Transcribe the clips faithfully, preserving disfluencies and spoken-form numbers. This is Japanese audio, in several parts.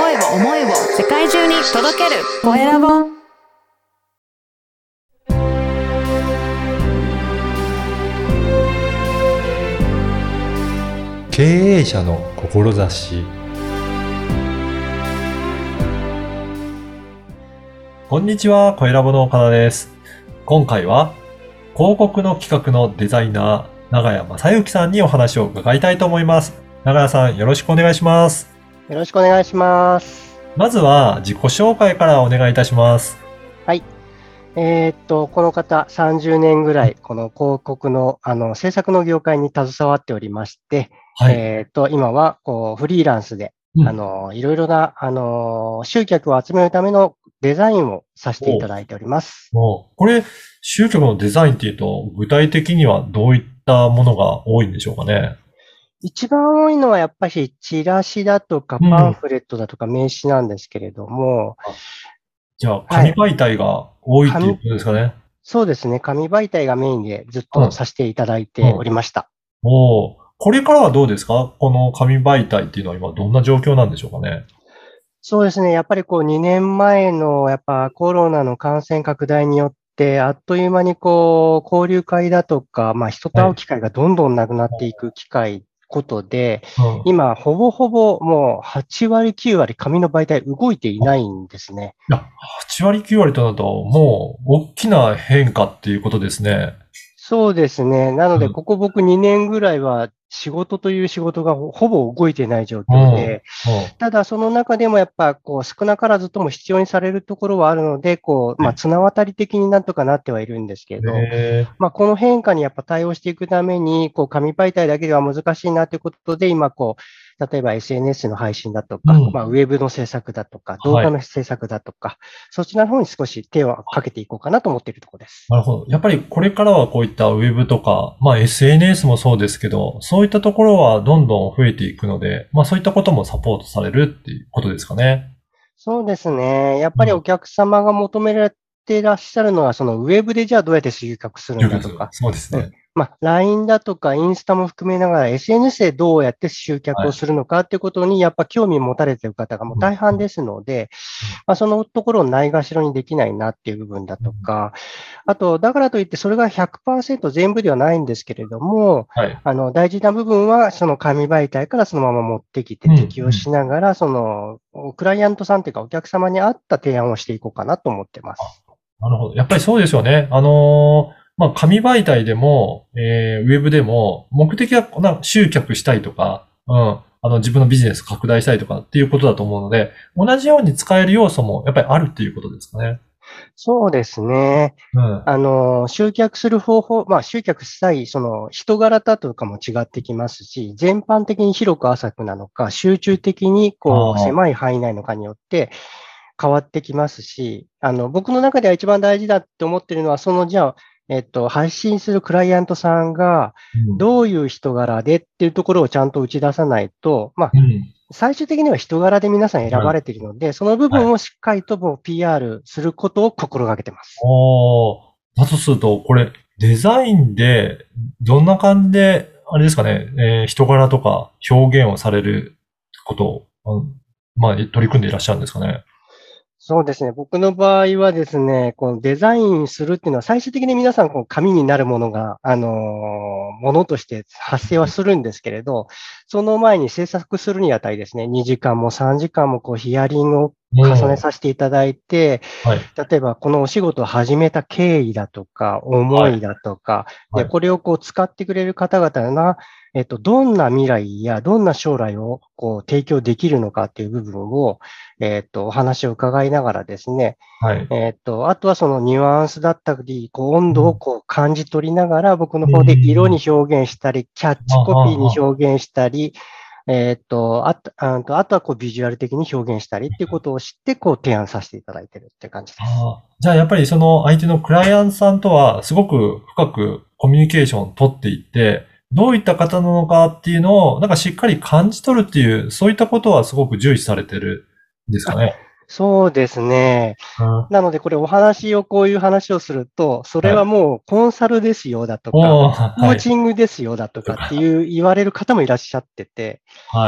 声を思いを世界中に届けるコエラボ。 経営者の志。こんにちは、コエラボの岡田です。今回は広告の企画のデザイナー長谷正幸さんにお話を伺いたいと思います。長谷さん、よろしくお願いします。 よろしくお願いします。 まずは自己紹介からお願いいたします。 はい。えーっと、この方、さんじゅうねんぐらい、この広告の、あの、制作の業界に携わっておりまして、 はい。 えーっと、今は、こう、フリーランスで、 うん、 あの、いろいろな、あの、集客を集めるためのデザインをさせていただいております。 もうこれ、集客のデザインっていうと、具体的にはどういったものが多いんでしょうかね。 一番多いのはやっぱりチラシだとかうん。 パンフレットだとか名刺なんですけれども、 あ、じゃあ、 はい。 紙媒体が多いっていう紙、 ことですかね。 そうですね。紙媒体がメインでずっうん。 とさせていただいておうん。 りました。 おー、これからはどうですか？この紙媒体っていうのは今どんな状況なんでしょうかね。 そうですね。やっぱりこうにねんまえのやっぱコロナの感染拡大によって、あっという間にこう交流会だとか、まあ人とはい。 会う機会がどんどんなくなっていく機会、ことで、 うん。 今ほぼほぼもうはち割きゅう割紙の媒体動いていあ、 ないんですね。 いや、はち割きゅう割となると、もう大きな変化っていうことですね。 そうですね。なので、 うん。 ここ僕にねんぐらいは仕事という仕事がほほぼ動いてない状うん。 況で、 うん。 ただその中でもやっぱこう少なからずとも必要にされるところはあるので、こう、まあ、 はい。 綱渡り的になんとかなってはいるんですけど、 えまあ、この変化にやっぱ対応していくために、こう、紙媒体だけでは難しいなということで、今こう、例えば エスエヌエス の配信だとー、うか、まあ、ウん。 ェブの制作だとか、動はい。 画の制作だとか、そちらの方に少し手をかけていこうかなと思っているところです。 なるほど。やっぱりこれからはこういったウェブとか、まあ エスエヌエス もそうですけど、そういったところはどんどん増えていくので、まあそういったこともサポートされるっていうことですかね。 そうですね。やっうん。 ぱりお客様が求められていらっしゃるのは、そのウェブでじゃあどうやって集客するん了解です。 だとか、うん。 そうですね。 まあ、ライン だとかインスタも含めながら エスエヌエス でどうやって集客をはい。 するのかっていうことにやっぱ興味を持たれている方がもううん。うん。 大半ですので、 うん。 まあ、そのところをないがしろにできないなっていう部分だうん。 とか、あと、だからといってそれがひゃくパーセント全部ではないんですけれども、 はい。 あの、大事な部分はその紙媒体からそのまま持ってきてうん。う適用ん。 しながら、その、クライアントさんというかお客様に合った提案をしていこうかなと思ってまあ、 す。 なるほど。やっぱりそうですよね。あのーまあ、紙媒体でも、えー、ウェブでも、目的はな集客したいとか、うん、あの、自分のビジネス拡大したいとかっていうことだと思うので、同じように使える要素もやっぱりあるっていうことですかね。 そうですね。 うん。 あの、集客する方法、まあ、集客したい、その人柄だとかも違ってきますし、全般的に広く浅くなのか、集中的にこう、 ああ、 狭い範囲内のかによって変わってきますし、あの、僕の中では一番大事だって思ってるのは、その、じゃあ、えっと、配信するクライアントさんが、 うん。 どういう人柄でっていうところをちゃんと打ち出さないと、まあ、 うん。 最終的には人柄で皆さん選ばれているので、その部はい。 分をしっかりともう ピーアール することを心がけてます。 おー。だとすると、これ、デザインで、どんな感じで、あれですかね、えー人柄とか表現をされることを、あのまあ、取り組んでいらっしゃるんですかね。 そうですね。僕の場合はですね、このデザインするっていうのは最終的に皆さんこう紙になるものが、あのーものとして発生はするんですけれど、その前に制作するにあたりですね、にじかんもさんじかんもこうヒアリングを重ねもさせていただいて、 う、はい、 例えばこのお仕事を始めた経緯だとか、思はい、 いだとか、で、 はい。 これをこう使ってくれる方々が、えっと、どんな未来やどんな将来をこう提供できるのかっていう部分を、えっと、お話を伺いながらですね、 はい。 えっと、あとはそのニュアンスだったり、こう温度をうん。 こう感じ取りながら、僕のう方で色にん。 表現したり、キャッあ、 チコピーにあ、あ、 表現したり、えっと、あと、あとあとはこうビジュアル的に表現したりっていうことを知って、こう提案させていただいているっていう感じです。 ああ。じゃあ、やっぱりその相手のクライアントさんとはすごく深くコミュニケーションを取っていって、どういった方なのかっていうのを、なんかしっかり感じ取るっていう、そういったことはすごく重視されてるんですかあ、 ね。 そうですね。 うん。 なので、これお話をこういう話をすると、それはい。 はもうコンサルですよだとか、 おー、はい。 コーチングですよだとかってとか。 いう言われる方もいらっしゃってて、 はい。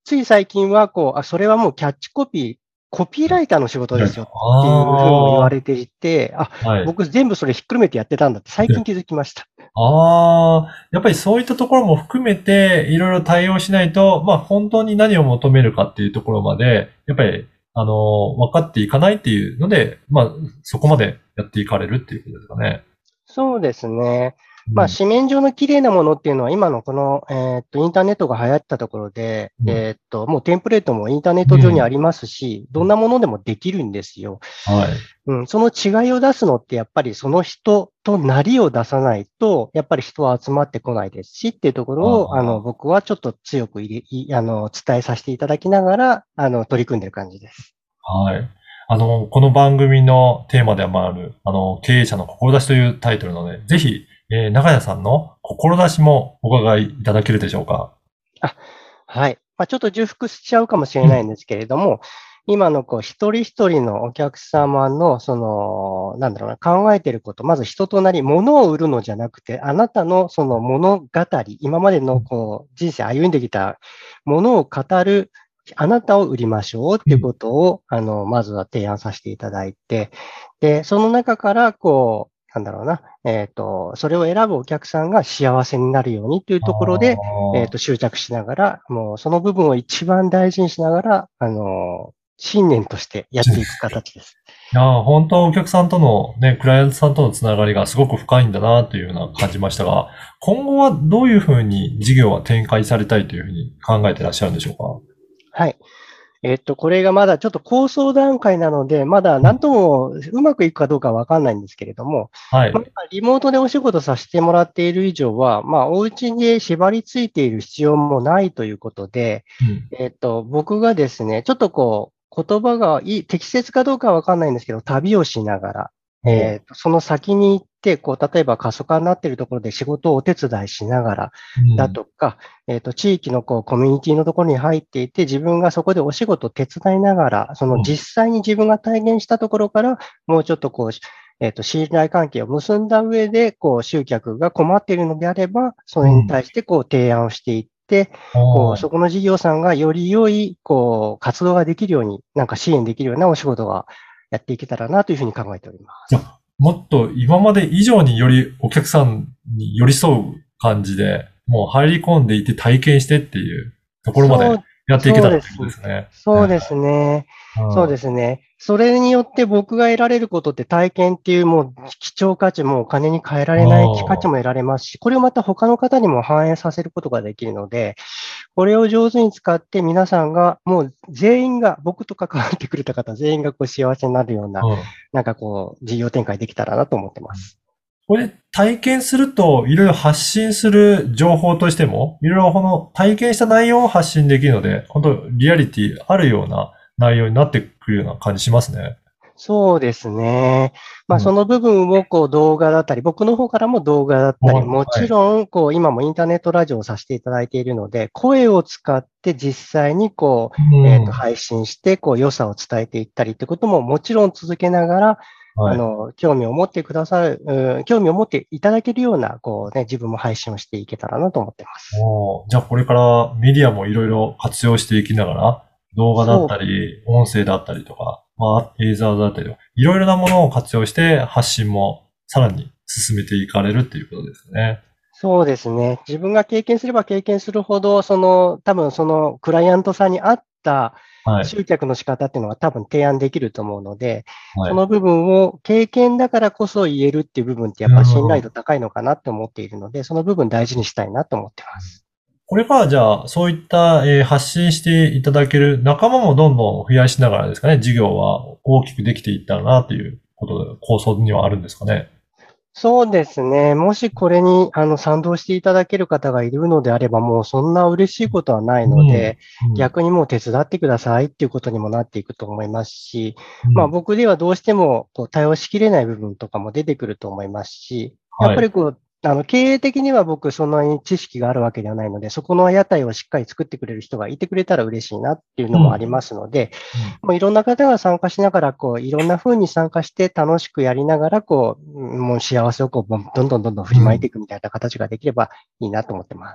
つい最近は、こう、あ、それはもうキャッチコピー、コピーライターの仕事ですよっていうふうも言われていて、あ、 はい。 僕全部それひっくるめてやってたんだって最近気づきました。 ああ、やっぱりそういったところも含めて、いろいろ対応しないと、まあ本当に何を求めるかっていうところまで、やっぱり、あの、分かっていかないっていうので、まあ、そこまでやっていかれるっていうことですかね。 そうですね。まあ、 うん。 紙面上の綺麗なものっていうのは、今のこの、えーっと、インターネットが流行ったところで、 うん。 えーっと、もうテンプレートもインターネット上にあうん。 りますし、どんなものでもできるんですよ。 はい。 うん、その違いを出すのって、やっぱりその人となりを出さないと、やっぱり人は集まってこないですしっていうところあを、あの、 あ、 僕はちょっと強く入れ、いあの、伝えさせていただきながら、あの、取り組んでる感じです。 はい。あの、この番組のテーマでもある、あの、経営者の志というタイトルなので、ぜひ、えー、長屋さんの志もお伺いいただけるでしょうか。 あ、はい。まあ、ちょっと重複しちゃうかもしれうん。 ないんですけれども、今のこう、一人一人のお客様の、その、なんだろうな、考えていること、まず人となり、物を売るのじゃなくて、あなたのその物語、今までのこう、人生歩んできたものを語る、あなたを売りましょうっていううん。 ことを、あの、まずは提案させていただいて、で、その中から、こう、なんだろうな、えっと、それを選ぶお客さんが幸せになるようにというあところで、えっあ、 と、執着しながら、もうその部分を一番大事にしながら、あの、信念としてやっていく形です。 いやー、本当はお客さんとのね、クライアントさんとのつながりがすごく深いんだなというような感じましたが、今後はどういうふうに事業は展開されたいというふうに考えていらっしゃるんでしょうはい。えっと、これがまだちょっと構想段階なので、まだか？うん。 何ともうまくいくかどうかわかんないんですけれども、まあ、 はい。 今リモートでお仕事させてもらっている以上は、まあ、お家に縛り付いている必要もないということで、 うん。 えっと、僕がですね、ちょっとこう、言葉がいい、適切かどうかはわかんないんですけど、旅をしながら、 おう。 えっと、その先に行って、こう、例えば過疎化になっているところで仕事をお手伝いしながら、だうん。 とか、えっと、地域のこう、コミュニティのところに入っていて、自分がそこでお仕事を手伝いながら、そのうん。 実際に自分が体現したところから、もうちょっとこう、えっと、信頼関係を結んだ上で、こう、集客が困っているのであれば、それにうん。 対してこう、提案をしていって、こう、 おー。 そこの事業さんがより良い、こう、活動ができるように、なんか支援できるようなお仕事がやっていけたらなというふうに考えておりまいや、 す。 もっと今まで以上によりお客さんに寄り添う感じで、もう入り込んでいて体験してっていうところまでそう、 やっていけたらっていうそうです。 ことですね。 そうですね。そうでうん。 すね。それによって僕が得られることって体験っていうもう貴重価値もお金に換えられない価値も得られますし、これをまた他の方にも反映させることができるので、これを上手に使って皆さんがもう全員が、僕と関わってくれた方全員がこう幸せになるような、 うん。うん。 なんかこう事業展開できたらなと思ってます。 これ体験すると、いろいろ発信する情報としても、いろいろこの体験した内容を発信できるので、本当リアリティあるような内容になってくるような感じしますね。 そうですね。まあ、 うん。 その部分をこう動画だったり、僕の方からも動画だったり、もはい。 ちろん、こう、今もインターネットラジオをさせていただいているので、声を使って実際にこうう、えっと、 ん。 配信して、こう、良さを伝えていったりってことももちろん続けながら、あはい。 の、興味を持ってくださる、うん興味を持っていただけるような、こうね、自分も配信をしていけたらなと思ってます。 おー、じゃあこれからメディアもいろいろ活用していきながら、動画だっそうたり、音声だったりとか、まあ、映像だったりとか、いろいろなものを活用して発信もさらに進めていかれるっていうことですね。 そうですね。自分が経験すれば経験するほど、その、多分そのクライアントさんに合ったはい。 集客の仕方っていうのが多分提案できると思うので、 はい。 その部分を経験だからこそ言えるっていう部分ってやっうぱ信頼ん。 度高いのかなって思っているので、その部分大事にしたいなと思ってます。 これからじゃあ、そういった、えー発信していただける仲間もどんどん増やしながらですかね、事業は大きくできていったらなということで、構想にはあるんですかね。 そうですね。もしこれにあの賛同していただける方がいるのであれば、もうそんな嬉しいことはないうん。 ので、 うん。 逆にもう手伝ってくださいっていうことにもなっていくと思いますし、まあうん。 僕ではどうしてもこう対応しきれない部分とかも出てくると思いますし、やっはい。 ぱりこう、あの経営的には僕そんなに知識があるわけではないので、そこの屋台をしっかり作ってくれる人がいてくれたら嬉しいなっていうのもありうん。 ますので、 うん。 もういろんな方が参加しながら、こう、いろんな風に参加して楽しくやりながら、こう、うんもう幸せをこう、ぼんどんどんどんどん振りまいてうん。 いくみたいな形ができればいいなと思ってます。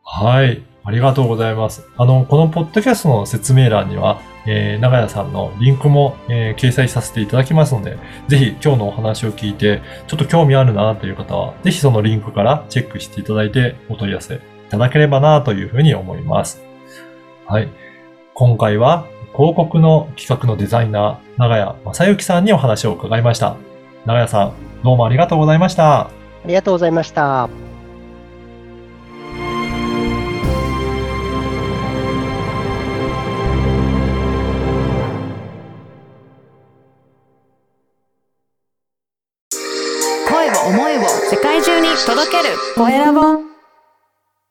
はい。ありがとうございます。あの、このポッドキャストの説明欄には、えー、長屋さんのリンクも、えー掲載させていただきますので、ぜひ今日のお話を聞いて、ちょっと興味あるなという方は、ぜひそのリンクからチェックしていただいて、お問い合わせいただければなというふうに思います。はい。今回は、広告の企画のデザイナー、長屋正幸さんにお話を伺いました。長屋さん、どうもありがとうございました。 ありがとうございました。 声を思いを世界中に届けるコエラボ。